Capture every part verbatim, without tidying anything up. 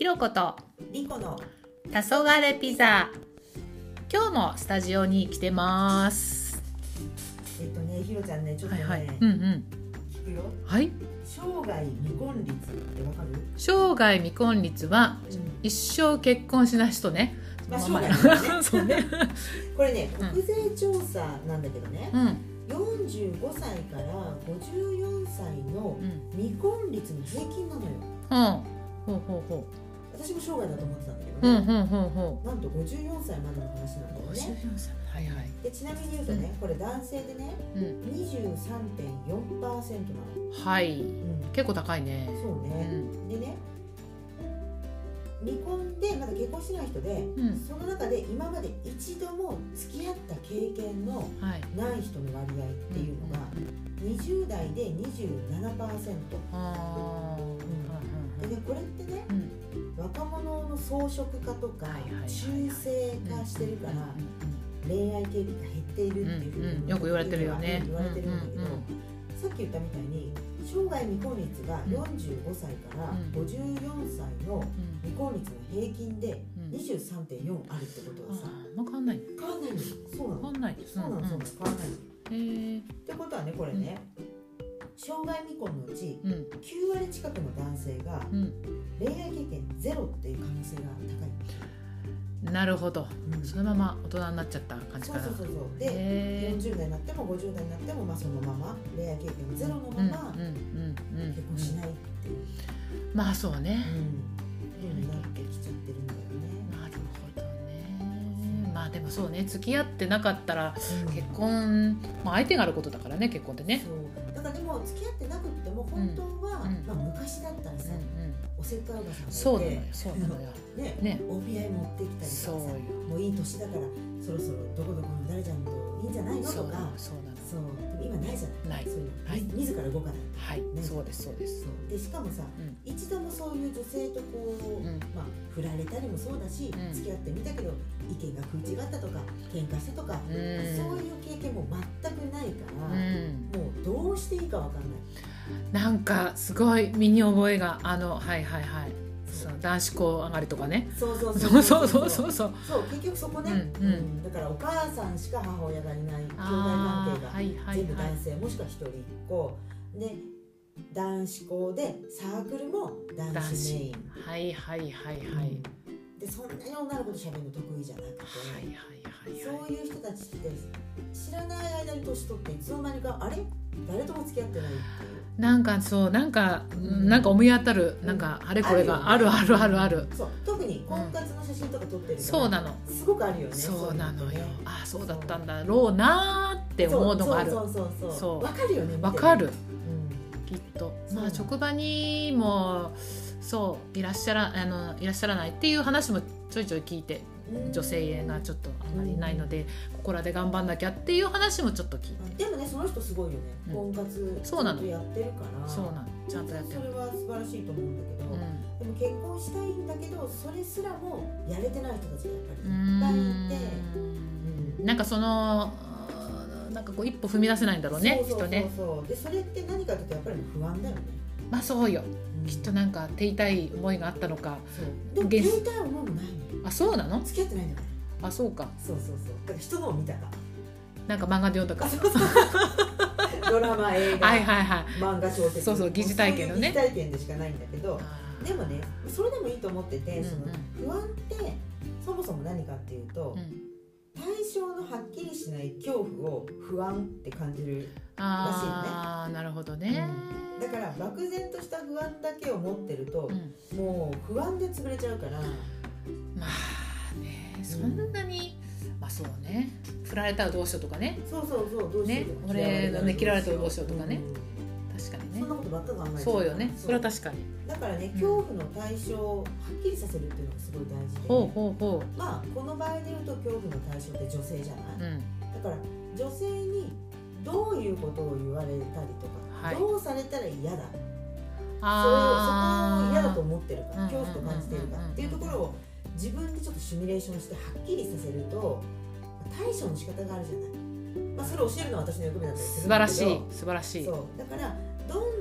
ろことリコの黄昏ピザ。今日もスタジオに来てます。 えっとね、ひろちゃんね、ちょっとね、 はいはい、うんうん、 聞くよ。 はい。 生涯未婚率ってわかる？ 生涯未婚率は、うん、一生結婚しない人ね。 まあ、生涯ね。 そうね。 これね、国税調査なんだけどね、 うん、 よんじゅうごさいからごじゅうよんさいの未婚率の平均なのよ。 うん、ほうほうほう。 私も生涯だと思ってたんだけどね、 うんうんうんうん、 なんとごじゅうよんさいまでの話なんだよね。 ごじゅうよんさい、はいはい。 でちなみに言うとね、うん、これ男性でね、うん、にじゅうさんてんよんパーセント なの。 はい、うん、結構高いね。 そうね、うん、でね、未婚でまだ結婚してない人で、うん、その中で今まで一度も付き合った経験のない人の割合っていうのが、にじゅうだいで にじゅうななパーセント、あ、うん、でね、これってね、うん、若者の草食化とか中性化してるから、恋愛経験が減っているっていうふうに、 うんうん、よく言われてるよね。 言われてるんだけど、さっき言ったみたいに生涯未婚率がよんじゅうごさいからごじゅうよんさいの未婚率の平均で にじゅうさんてんよん あるってことはさ、 うん、変わんない変わんないの。そうなの。 変わんない。 そうなの、そうなの、変わんないの。 へー。 ってことはね、これね、生涯未婚のうちきゅうわり近くの男性が恋愛経験ゼロっていう可能性が高い。 なるほど、うん、そのまま大人になっちゃった感じかな。 そうそうそうそう。で、よんじゅうだいになってもごじゅうだいになっても、まあ、そのまま恋愛経験ゼロのまま結婚しないっていう、 まあそうね、 うん、になってきちゃってるんだよね。 なるほどね。まあでもそうね、付き合ってなかったら結婚、まあ、相手があることだからね、結婚ってね。 そうだからでも付き合ってなくっても本当は、うん、まあ、昔だったらさ、うんうん、おせっかいおばさんがいて、 そうなのよ、そうなのよね、ね、お見合い持ってきたりとかさ、もういい年だからそろそろどこどこの誰ちゃんといいんじゃないのとか、そうなの。そうでも今ないじゃない。ない。そういうの、はい、自ら動かない。 はい、ね、そうですそうです。 そうでしかもさ、うん、一度もそういう女性とこう、うん、まあ振られたりもそうだし、うん、付き合ってみたけど意見が食い違ったとか喧嘩したとか、うん、そういう経験も全くないから、うん、もうどうしていいかわかんない。 なんかすごい身に覚えがあのはいはいはい。そう男子校上がりとかね。 そうそうそうそうそうそうそう。 そう結局そこね、うんうん、だからお母さんしか母親がいない兄弟関係が全部男性、もしくは一人っ子で、男子校でサークルも男子メイン。 はいはいはいはい。 でそんなに女の子と喋るの得意じゃなくて、はいはいはいはい、そういう人たちって知らない間に年取っていつの間にかあれ誰とも付き合ってないっていう。 なんかそうなんか、うん、なんか思い当たる、うん、なんかあれこれがあるあるあるある。 そう、特に婚活の写真とか撮ってるから、 そうなの。 すごくあるよね。 そうなのよ。ああそうだったんだろうなーって思うのがある。 そうそうそうそう。わかるよね。 わかる。うん、きっと。まあ職場にもそういらっしゃらあのいらっしゃらないっていう話もちょいちょい聞いて。女性がちょっとあんまりいないので、うん、ここらで頑張んなきゃっていう話もちょっと聞いて。 でもねその人すごいよね、うん、婚活ちゃんとやってるからそうなのちゃんとやってる。 それは素晴らしいと思うんだけど、うん、でも結婚したいんだけどそれすらもやれてない人たちがやっぱりいっぱいいて、 うん、なんかそのなんかこう一歩踏み出せないんだろうね。 そうそうそうそうきっとね。 でそれって何かというとやっぱり不安だよね。 まあそうよ、うん、きっとなんか手痛い思いがあったのか。 そうでも手痛い思いもないの。 あそうなの。 付き合ってないんだから。 あそうか。 そうそうそう。だから人のを見たか。 なんか漫画で読んだか。 ドラマ映画、 はいはいはい、 漫画小説。 そうそう疑似体験のね。 疑似体験でしかないんだけど、でもねそれでもいいと思ってて、その不安ってそもそも何かっていうと、うん、対象のはっきりしない恐怖を不安って感じるらしいよね。 ああなるほどね。 うん、だから漠然とした不安だけを持ってると、うん、もう不安で潰れちゃうから。 まあね、そんなに、うん、まあそうね、振られたらどうしようとかね。 そうそうそう、どうしよう、 ね、俺がね切られたらどうしようとかね、うん、確かにね。 そんなことばっか考えてる。 そうよね、それは確かに。 だからね、恐怖の対象をはっきりさせるっていうのがすごい大事で、 ほうほうほう。 まあこの場合で言うと恐怖の対象って女性じゃない、うん、だから女性にどういうことを言われたりとか、はい、どうされたら嫌だ、あそれをそこを嫌だと思ってるか、恐怖と感じているかっていうところを自分でちょっとシミュレーションしてはっきりさせると対処の仕方があるじゃない。まあそれを教えるのは私の役目だったりするんだけど。 素晴らしい素晴らしい。 そうだからどん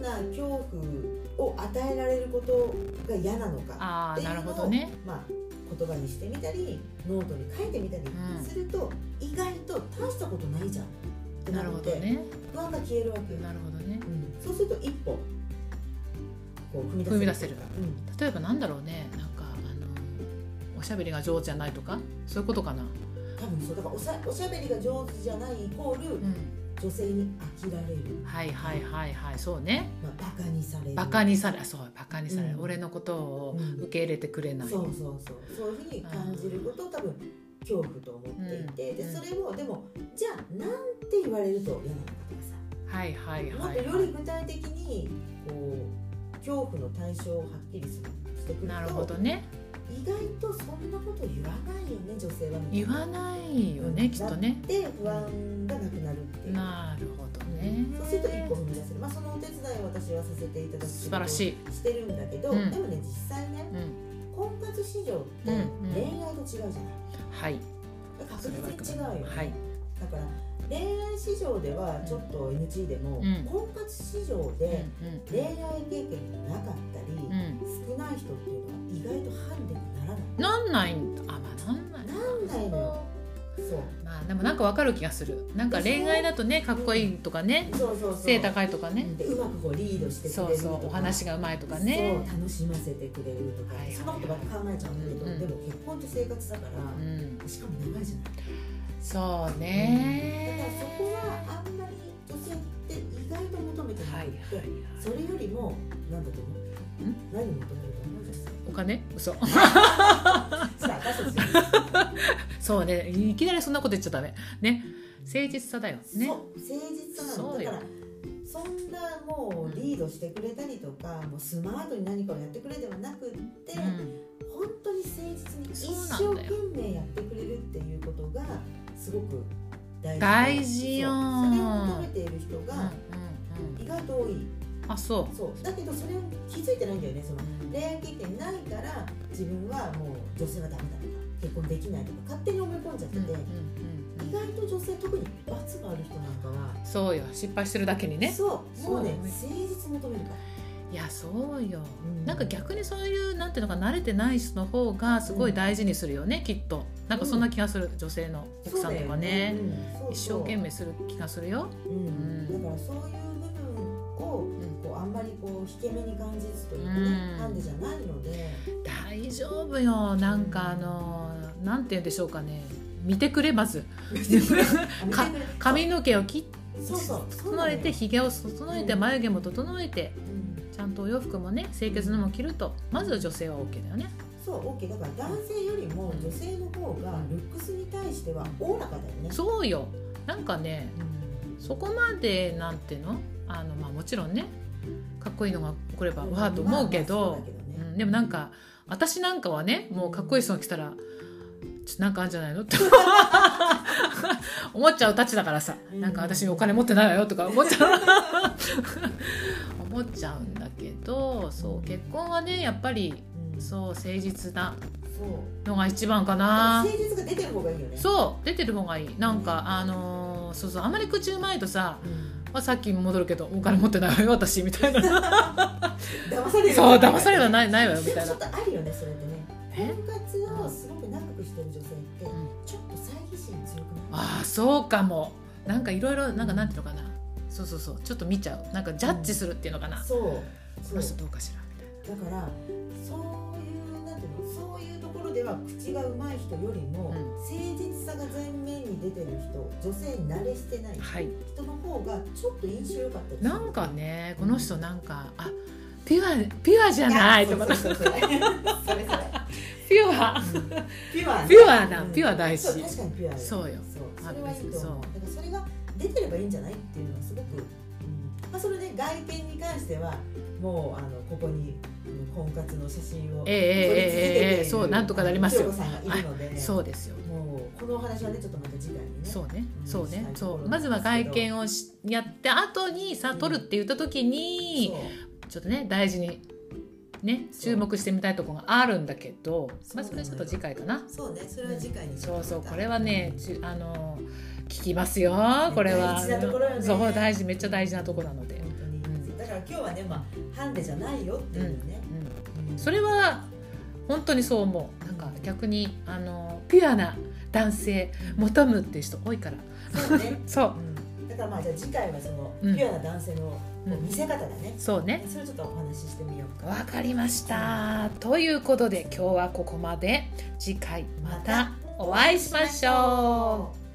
んな恐怖を与えられることが嫌なのかっていうのを、ね、まあ、言葉にしてみたりノートに書いてみたりすると、うん、意外と大したことないじゃんってなって、ね、不安が消えるわけよ。 なるほどね、 うん、そうすると一歩こう踏み出せる。 踏み出せる、うん、例えばなんだろうね、なんかあのおしゃべりが上手じゃないとかそういうことかな。 多分そうだからおしゃ、おしゃべりが上手じゃないイコール、うん、女性に飽きられる。 はいはいはいはい、そうね。 まあ、バカにされる。 バカにされ、そうバカにされる、うん、俺のことを受け入れてくれない。 うん、そうそうそう、そういうふうに感じることを多分恐怖と思っていて、うん、でそれをでもじゃあなんて言われると嫌なのかとかさ、 はいはいはい、 もっとより具体的にこう恐怖の対象をはっきりしてくると、 なるほどね。 意外とそんなこと言わないよね、女性は。 言わないよね、うん、きっとね。 で不安がなくなるっていう。 なるほどね。 そうすると一歩踏み出せる。まあそのお手伝いを私はさせていただく素晴らしいしてるんだけど、うん、でもね実際ね、うん、婚活市場って恋愛と違うじゃない。 はい。 確実に違うよね。 はい。 だから恋愛市場ではちょっと エヌジー でも、うん、婚活市場で恋愛経験がなかったり、うん、少ない人っていうのは意外とハンデにならない。 なんないんだ。あ、まあなんない。 なんないのよ。そう。 まあでもなんかわかる気がする。なんか恋愛だとね、かっこいいとかね、 そうそうそう、 背高いとかね、 でうまくこうリードしてくれるとか、 そうそう、お話がうまいとかね、 そう楽しませてくれるとか、はいはいはい、そんなことばっか考えちゃうんだけど、うん、でも結婚と生活だから、うん、しかも長いじゃない。 そうね、 うん、だからそこはあんまり女性って意外と求めてなくて、はいはいはい、それよりも何だと思う？ん？何求めると思う？ お金？嘘。 さあ私たちそうね、いきなりそんなこと言っちゃダメね。誠実さだよね。 そう、誠実さなの。だからそんなもうリードしてくれたりとか、もうスマートに何かをやってくれではなくって、うん、本当に誠実に一生懸命やってくれるっていうことがすごく大事。 大事よ。 それを求めている人が意外と多い。 あ、そう。 そう。だけどそれを気づいてないんだよね。その恋愛経験ないから自分はもう女性はダメだとか結婚できないとか勝手に思い込んじゃってて、うんうんうん、意外と女性特に罰がある人なんかはそうよ、失敗してるだけにね。 そうもうね、誠実求めるから。 いやそうよ、うん、なんか逆にそういうなんていうのか慣れてない人の方がすごい大事にするよね、うん、きっとなんかそんな気がする、うん、女性の奥さんとかね、うん、そうそう、一生懸命する気がするよ、うんうん、だからそういう部分をこうあんまりこう引け目に感じずというかね、ハンデじゃないので大丈夫よ。なんかあのなんて言うんでしょうかね、見てくれまずか髪の毛を切って整えて、ひげを整えて、眉毛も整えて、ちゃんとお洋服もね清潔なのも着ると、まずは女性は OK だよね。 そう OK だから男性よりも女性の方がルックスに対してはおおらかだよね。 そうよ、なんかね、うん、そこまでなんていうの、あの、まあ、もちろんねかっこいいのが来ればわーと思うけど、うん、でもなんか私なんかはね、もうかっこいい人が来たらちょっとなんかあるんじゃないのって思っちゃうたちだからさ、なんか私お金持ってないわよとか思っちゃう思っちゃうんだけど、そう結婚はねやっぱり、うん、そう誠実なのが一番かな。 誠実が出てる方がいいよね。 そう出てる方がいい。なんか、うん、あのー、そうそうあまり口うまいとさ、うん、まあ、さっき戻るけどお金持ってないわよ私みたいな騙される。 そう騙されるはないないわよみたいな。 ちょっとあるよねそれってね。婚活をすごく長くしてる女性って、うん、ちょっと猜疑心強くない？ ああそうかも。なんかいろいろなんかなんていうのかな、そうそうそうちょっと見ちゃう。なんかジャッジするっていうのかな、うん、そうこの人どうかしらみたいな。だからそういうなんていうの、そういうところでは口がうまい人よりも、うん、誠実さが前面に出てる人、女性に慣れしてない人の方がちょっと印象良かったりする。 なんかねこの人なんか、うん、あピュアピュアじゃないとかそれそれそれピュア、うん、ピュア、ね、ピュアな、うん、ピュア大事。 そう確かにピュア。 そうよ。 そうそれはいいと思う。だからそれが出てればいいんじゃないっていうのはすごく、うん、まあそれで外見に関してはもうあのここに婚活の写真を撮り続けている、 えーえー、そうなんとかなりますよ。 さんがいるので、 そうですよ。 もうこのお話はねちょっとまた次回にね。 そうね、そうね、そうまずは外見をしやって後にさ撮るって言った時に、うん、ちょっとね大事に。ね、注目してみたいところがあるんだけど、まあ、それはちょっと次回かな。 そうね、それは次回に、うん、 そうそうこれはねちあの聞きますよこれは。 大事なところよね。 そう大事めっちゃ大事なところなので、 本当に、うん、だかから今日はね、まあ、ハンデじゃないよっていうね、 うんうん、それは本当にそう思う。なんか逆にあのピュアな男性求むっていう人多いから。 そうねそう、 うん、だからまあじゃあ次回はそのピュアな男性の見せ方だね、 うん、そうね、 それをちょっとお話ししてみようか。 わかりました、うん、ということで今日はここまで。次回またお会いしましょう。